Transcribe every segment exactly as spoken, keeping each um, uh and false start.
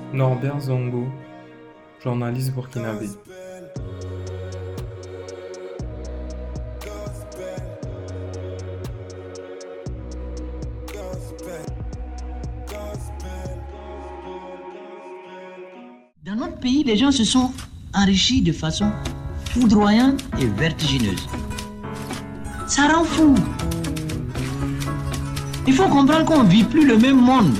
Norbert Zongo, journaliste burkinabé. Dans notre pays, les gens se sont enrichis de façon foudroyante et vertigineuse. Ça rend fou. Il faut comprendre qu'on ne vit plus le même monde.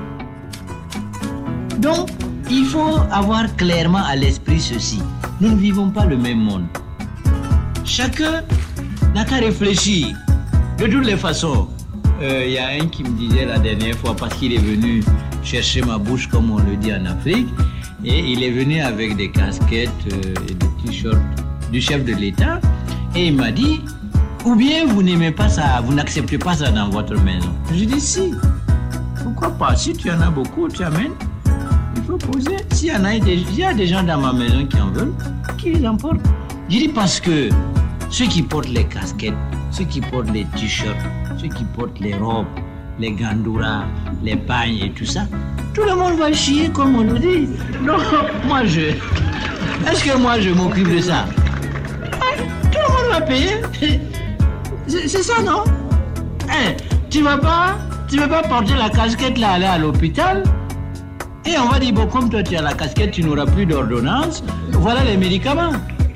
Donc, il faut avoir clairement à l'esprit ceci. Nous ne vivons pas le même monde. Chacun n'a qu'à réfléchir. De toutes les façons, il euh, y a un qui me disait la dernière fois, parce qu'il est venu chercher ma bouche, comme on le dit en Afrique, et il est venu avec des casquettes euh, et des t-shirts du chef de l'État, et il m'a dit, ou bien vous n'aimez pas ça, vous n'acceptez pas ça dans votre maison. Je dis si, pourquoi pas, si tu en as beaucoup, tu amènes, il faut poser. S'il y en a, il y a des gens dans ma maison qui en veulent, qui les emportent. Je dis parce que ceux qui portent les casquettes, ceux qui portent les t-shirts, ceux qui portent les robes, les gandouras, les pagnes et tout ça, tout le monde va chier comme on nous dit. Non, moi je... Est-ce que moi je m'occupe de ça? Tout le monde va payer. C'est, c'est ça, non? Hey, tu vas pas, tu vas pas porter la casquette là, aller à l'hôpital? Et on va dire, bon, comme toi tu as la casquette, tu n'auras plus d'ordonnance. Voilà les médicaments.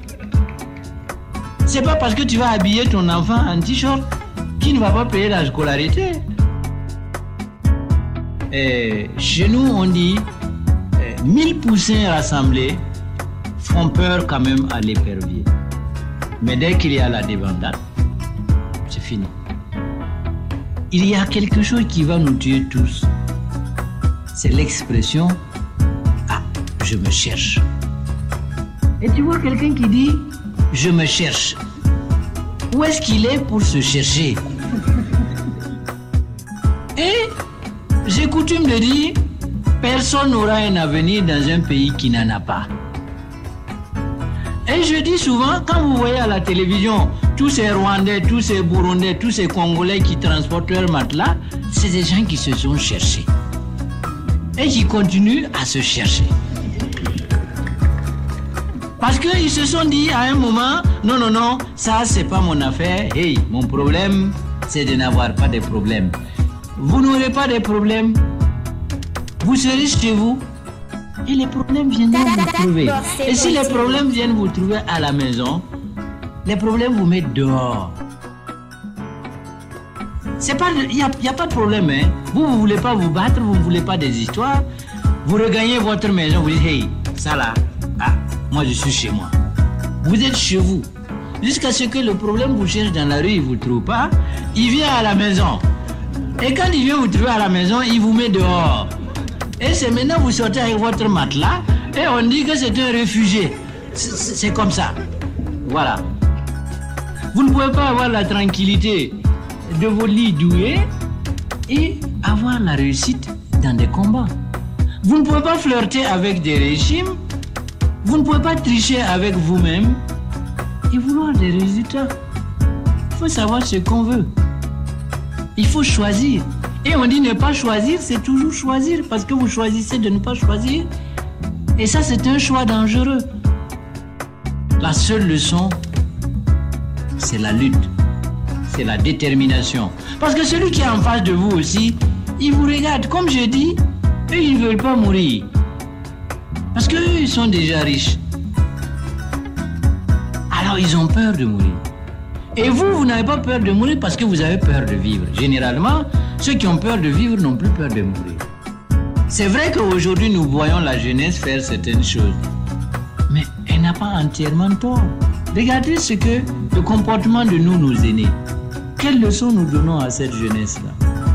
C'est pas parce que tu vas habiller ton enfant en t-shirt qu'il ne va pas payer la scolarité. Et chez nous, on dit, eh, mille poussins rassemblés font peur quand même à l'épervier. Mais dès qu'il y a la débandade, c'est fini. Il y a quelque chose qui va nous tuer tous. C'est l'expression « Ah, je me cherche ». Et tu vois quelqu'un qui dit « Je me cherche ». Où est-ce qu'il est pour se chercher? Et j'ai coutume de dire « Personne n'aura un avenir dans un pays qui n'en a pas ». Et je dis souvent, quand vous voyez à la télévision tous ces Rwandais, tous ces Burundais, tous ces Congolais qui transportent leurs matelas, c'est des gens qui se sont cherchés. Et qui continuent à se chercher. Parce qu'ils se sont dit à un moment, non, non, non, ça c'est pas mon affaire. Hey, mon problème, c'est de n'avoir pas de problème. Vous n'aurez pas de problème. Vous serez chez vous. Et les problèmes viendront vous trouver. Et si les problèmes viennent vous trouver à la maison, les problèmes vous mettent dehors. C'est pas, il n'y a, y a pas de problème, hein. Vous, vous ne voulez pas vous battre, vous ne voulez pas des histoires. Vous regagnez votre maison, vous dites, hey, ça là, ah, moi je suis chez moi. Vous êtes chez vous. Jusqu'à ce que le problème vous cherche dans la rue, il ne vous trouve pas, il vient à la maison. Et quand il vient vous trouver à la maison, il vous met dehors. Et c'est maintenant vous sortez avec votre matelas et on dit que c'est un réfugié. C'est, c'est comme ça. Voilà. Vous ne pouvez pas avoir la tranquillité de vos lits doués et avoir la réussite dans des combats. Vous ne pouvez pas flirter avec des régimes, vous ne pouvez pas tricher avec vous-même et vouloir des résultats. Il faut savoir ce qu'on veut. Il faut choisir. Et on dit ne pas choisir, c'est toujours choisir parce que vous choisissez de ne pas choisir. Et ça, c'est un choix dangereux. La seule leçon, c'est la lutte. C'est la détermination. Parce que celui qui est en face de vous aussi, il vous regarde. Comme je dis, eux, ils ne veulent pas mourir. Parce qu'eux, ils sont déjà riches. Alors, ils ont peur de mourir. Et vous, vous n'avez pas peur de mourir parce que vous avez peur de vivre. Généralement, ceux qui ont peur de vivre n'ont plus peur de mourir. C'est vrai qu'aujourd'hui, nous voyons la jeunesse faire certaines choses. Mais elle n'a pas entièrement tort. Regardez ce que le comportement de nous, nos aînés. Quelle leçon nous donnons à cette jeunesse-là?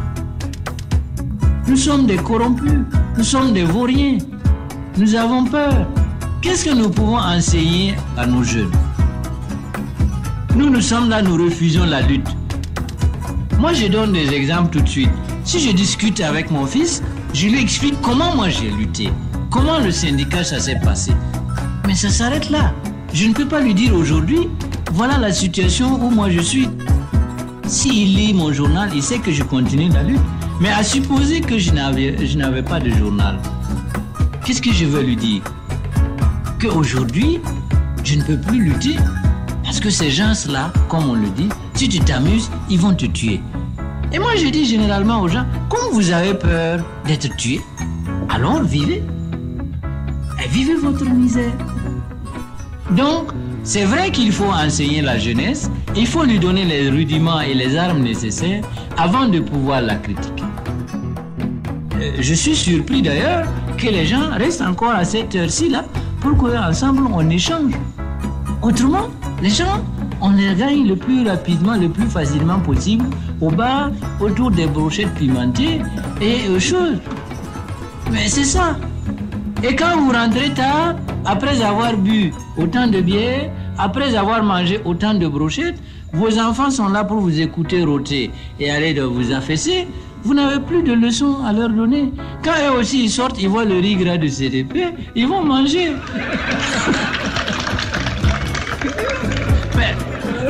Nous sommes des corrompus, nous sommes des vauriens, nous avons peur. Qu'est-ce que nous pouvons enseigner à nos jeunes? Nous, nous sommes là, nous refusons la lutte. Moi, je donne des exemples tout de suite. Si je discute avec mon fils, je lui explique comment moi j'ai lutté, comment le syndicat, ça s'est passé. Mais ça s'arrête là. Je ne peux pas lui dire aujourd'hui, voilà la situation où moi je suis. S'il lit mon journal, il sait que je continue la lutte. Mais à supposer que je n'avais, je n'avais pas de journal, Qu'est-ce que je veux lui dire? Qu'aujourd'hui, je ne peux plus lutter parce que ces gens-là, comme on le dit, si tu t'amuses, ils vont te tuer. Et moi, je dis généralement aux gens, comme vous avez peur d'être tué, alors vivez. Et vivez votre misère. Donc, c'est vrai qu'il faut enseigner la jeunesse, il faut lui donner les rudiments et les armes nécessaires avant de pouvoir la critiquer. Euh, je suis surpris d'ailleurs que les gens restent encore à cette heure-ci là pour qu'ensemble on échange. Autrement, les gens, on les gagne le plus rapidement, le plus facilement possible au bar, autour des brochettes pimentées et autre chose. Mais c'est ça. Et quand vous rentrez tard, après avoir bu autant de bière, après avoir mangé autant de brochettes, vos enfants sont là pour vous écouter rôter et aller de vous affaisser. Vous n'avez plus de leçons à leur donner. Quand eux aussi ils sortent, ils voient le riz gras de C D P, ils vont manger. Mais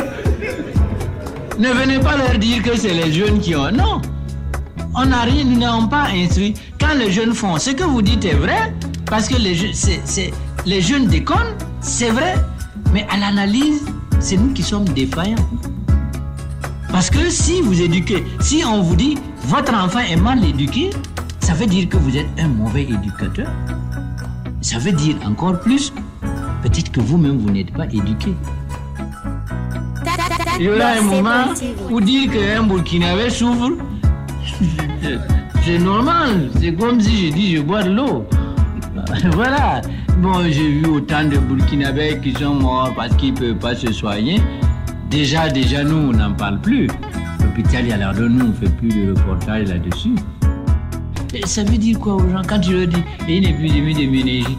ne venez pas leur dire que c'est les jeunes qui ont... Non, on n'a rien, nous n'avons pas instruit. Quand les jeunes font, ce que vous dites est vrai, parce que les, je, c'est, c'est, les jeunes déconnent, c'est vrai. Mais à l'analyse, c'est nous qui sommes défaillants. Parce que si vous éduquez, si on vous dit votre enfant est mal éduqué, ça veut dire que vous êtes un mauvais éducateur. Ça veut dire encore plus, peut-être que vous-même vous n'êtes pas éduqué. Il y aura un moment où dire qu'un Burkinabé souffre, c'est normal. C'est comme si je dis je bois de l'eau. Voilà. Bon, j'ai vu autant de Burkinabés qui sont morts parce qu'ils ne peuvent pas se soigner. Déjà, déjà, nous, on n'en parle plus. L'hôpital, alors nous, on ne fait plus de reportage là-dessus. Et ça veut dire quoi aux gens quand tu leur dis il y a une épidémie de méningite?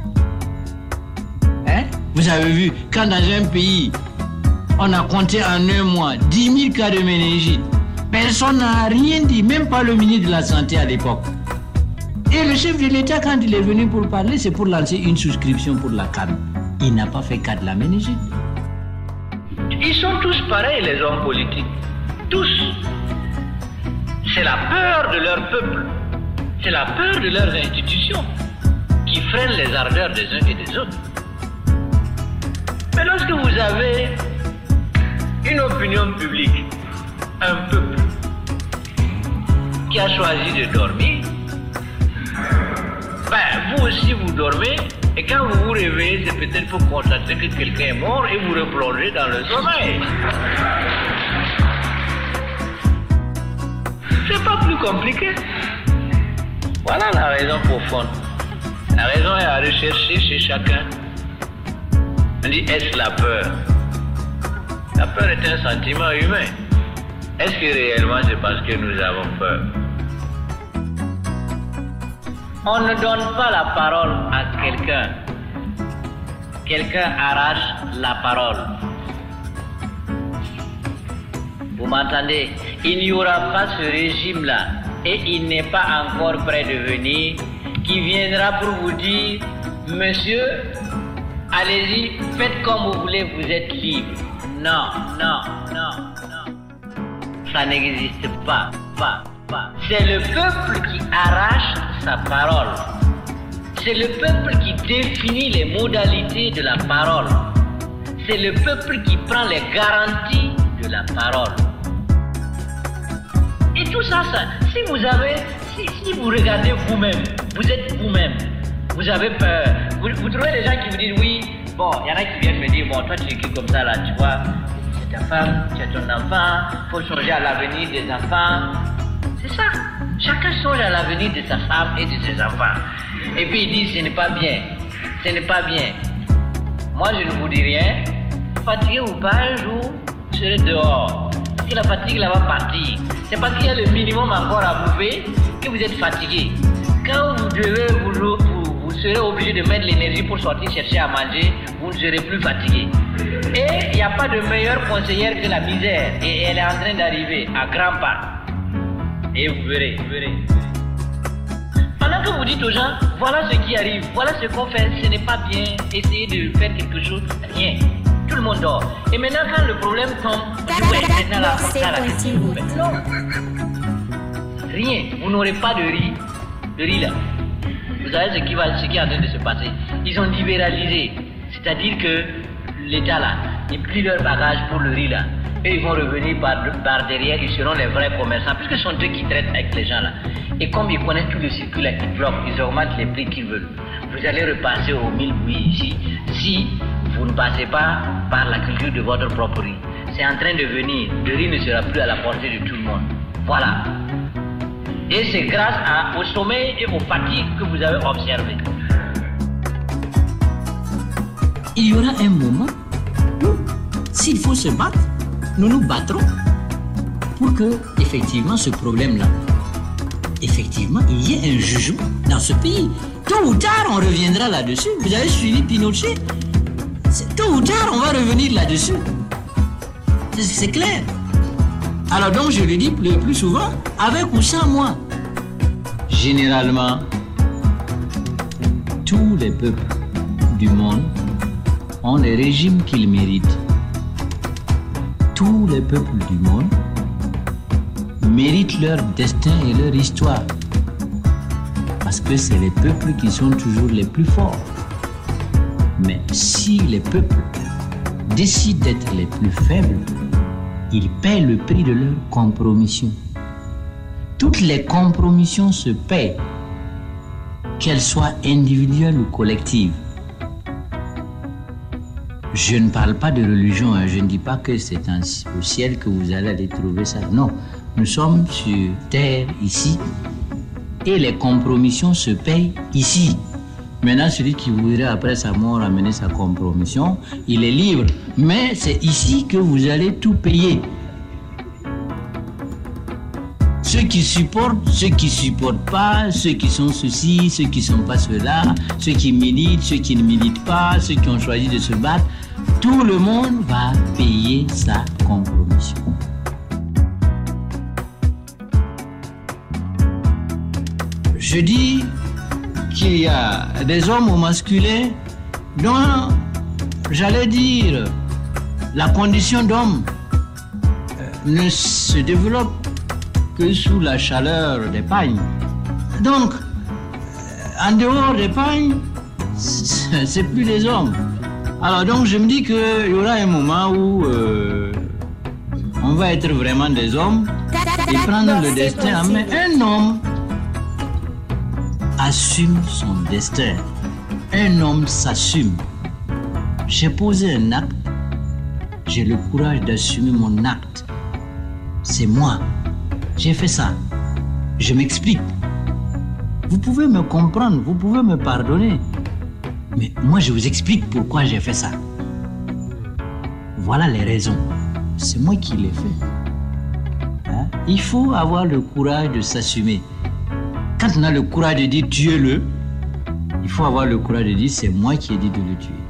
Hein? Vous avez vu, quand dans un pays, on a compté en un mois dix mille cas de méningite, personne n'a rien dit, même pas le ministre de la Santé à l'époque. Et le chef de l'État, quand il est venu pour parler, c'est pour lancer une souscription pour la canne. Il n'a pas fait cas de la méningite. Ils sont tous pareils, les hommes politiques. Tous. C'est la peur de leur peuple. C'est la peur de leurs institutions qui freine les ardeurs des uns et des autres. Mais lorsque vous avez une opinion publique, un peuple qui a choisi de dormir, ben, vous aussi vous dormez, et quand vous vous réveillez, c'est peut-être pour constater que quelqu'un est mort et vous replongez dans le sommeil. C'est pas plus compliqué. Voilà la raison profonde. La raison est à rechercher chez chacun. On dit, est-ce la peur? La peur est un sentiment humain. Est-ce que réellement c'est parce que nous avons peur? On ne donne pas la parole à quelqu'un. Quelqu'un arrache la parole. Vous m'entendez? Il n'y aura pas ce régime-là, et il n'est pas encore prêt de venir, qui viendra pour vous dire, monsieur, allez-y, faites comme vous voulez, vous êtes libre. Non, non, non, non. Ça n'existe pas, pas, pas. C'est le peuple qui arrache sa parole. C'est le peuple qui définit les modalités de la parole. C'est le peuple qui prend les garanties de la parole. Et tout ça, ça si vous avez, si, si vous regardez vous-même, vous êtes vous-même, vous avez peur, vous, vous trouvez des gens qui vous disent oui, bon, il y en a qui viennent me dire, bon, toi tu écris comme ça là, tu vois, c'est ta femme, tu as ton enfant, il faut songer à l'avenir des enfants. C'est ça. Chacun songe à l'avenir de sa femme et de ses enfants. Et puis il dit, ce n'est pas bien, ce n'est pas bien. Moi je ne vous dis rien, fatigué ou pas, un jour, je serai dehors. Si la fatigue là va partir, c'est parce qu'il y a le minimum encore à bouffer que vous êtes fatigué. Quand vous devez vous, vous, vous serez obligé de mettre l'énergie pour sortir chercher à manger, vous ne serez plus fatigué. Et il n'y a pas de meilleure conseillère que la misère. Et elle est en train d'arriver à grands pas. Et vous verrez, vous verrez. Pendant que vous dites aux gens, voilà ce qui arrive, voilà ce qu'on fait, ce n'est pas bien, essayez de faire quelque chose, rien. Tout le monde dort. Et maintenant, quand le problème tombe, on dit, ouais, maintenant la ça, là, qu'est-ce que vous faites? Non. Rien. Vous n'aurez pas de riz. De riz là. Vous savez ce qui, va, ce qui est en train de se passer? Ils ont libéralisé. C'est-à-dire que l'État là, ils plient leur bagage pour le riz là. Et ils vont revenir par, par derrière, ils seront les vrais commerçants, puisque ce sont eux qui traitent avec les gens là. Et comme ils connaissent tout le circuit là, ils bloquent, ils augmentent les prix qu'ils veulent. Vous allez repasser au mille bouillies ici, si vous ne passez pas par la culture de votre propre riz. C'est en train de venir, le riz ne sera plus à la portée de tout le monde. Voilà. Et c'est grâce à, au sommeil et aux fatigues que vous avez observé. Il y aura un moment où, s'il faut se battre, nous nous battrons pour que, effectivement, ce problème-là, effectivement, il y ait un jugement dans ce pays. Tôt ou tard, on reviendra là-dessus. Vous avez suivi Pinochet. Tôt ou tard, on va revenir là-dessus. C'est clair. Alors donc, je le dis le plus souvent, avec ou sans moi. Généralement, tous les peuples du monde ont les régimes qu'ils méritent. Tous les peuples du monde méritent leur destin et leur histoire. Parce que c'est les peuples qui sont toujours les plus forts. Mais si les peuples décident d'être les plus faibles, ils paient le prix de leur compromission. Toutes les compromissions se paient, qu'elles soient individuelles ou collectives. Je ne parle pas de religion, hein. Je ne dis pas que c'est au ciel que vous allez aller trouver ça. Non, nous sommes sur terre ici et les compromissions se payent ici. Maintenant, celui qui voudrait après sa mort amener sa compromission, il est libre. Mais c'est ici que vous allez tout payer. Ceux qui supportent, ceux qui ne supportent pas, ceux qui sont ceci, ceux qui ne sont pas ceux-là, ceux qui militent, ceux qui ne militent pas, ceux qui ont choisi de se battre, tout le monde va payer sa compromission. Je dis qu'il y a des hommes au masculin dont, j'allais dire, la condition d'homme ne se développe que sous la chaleur des pagnes. Donc, en dehors des pagnes, c'est plus des hommes. Alors donc, je me dis qu'il y aura un moment où euh, on va être vraiment des hommes et prendre le destin en main. Un homme assume son destin. Un homme s'assume. J'ai posé un acte, j'ai le courage d'assumer mon acte. C'est moi. J'ai fait ça. Je m'explique. Vous pouvez me comprendre, vous pouvez me pardonner. Mais moi, je vous explique pourquoi j'ai fait ça. Voilà les raisons. C'est moi qui l'ai fait. Hein? Il faut avoir le courage de s'assumer. Quand on a le courage de dire tuez-le, il faut avoir le courage de dire c'est moi qui ai dit de le tuer.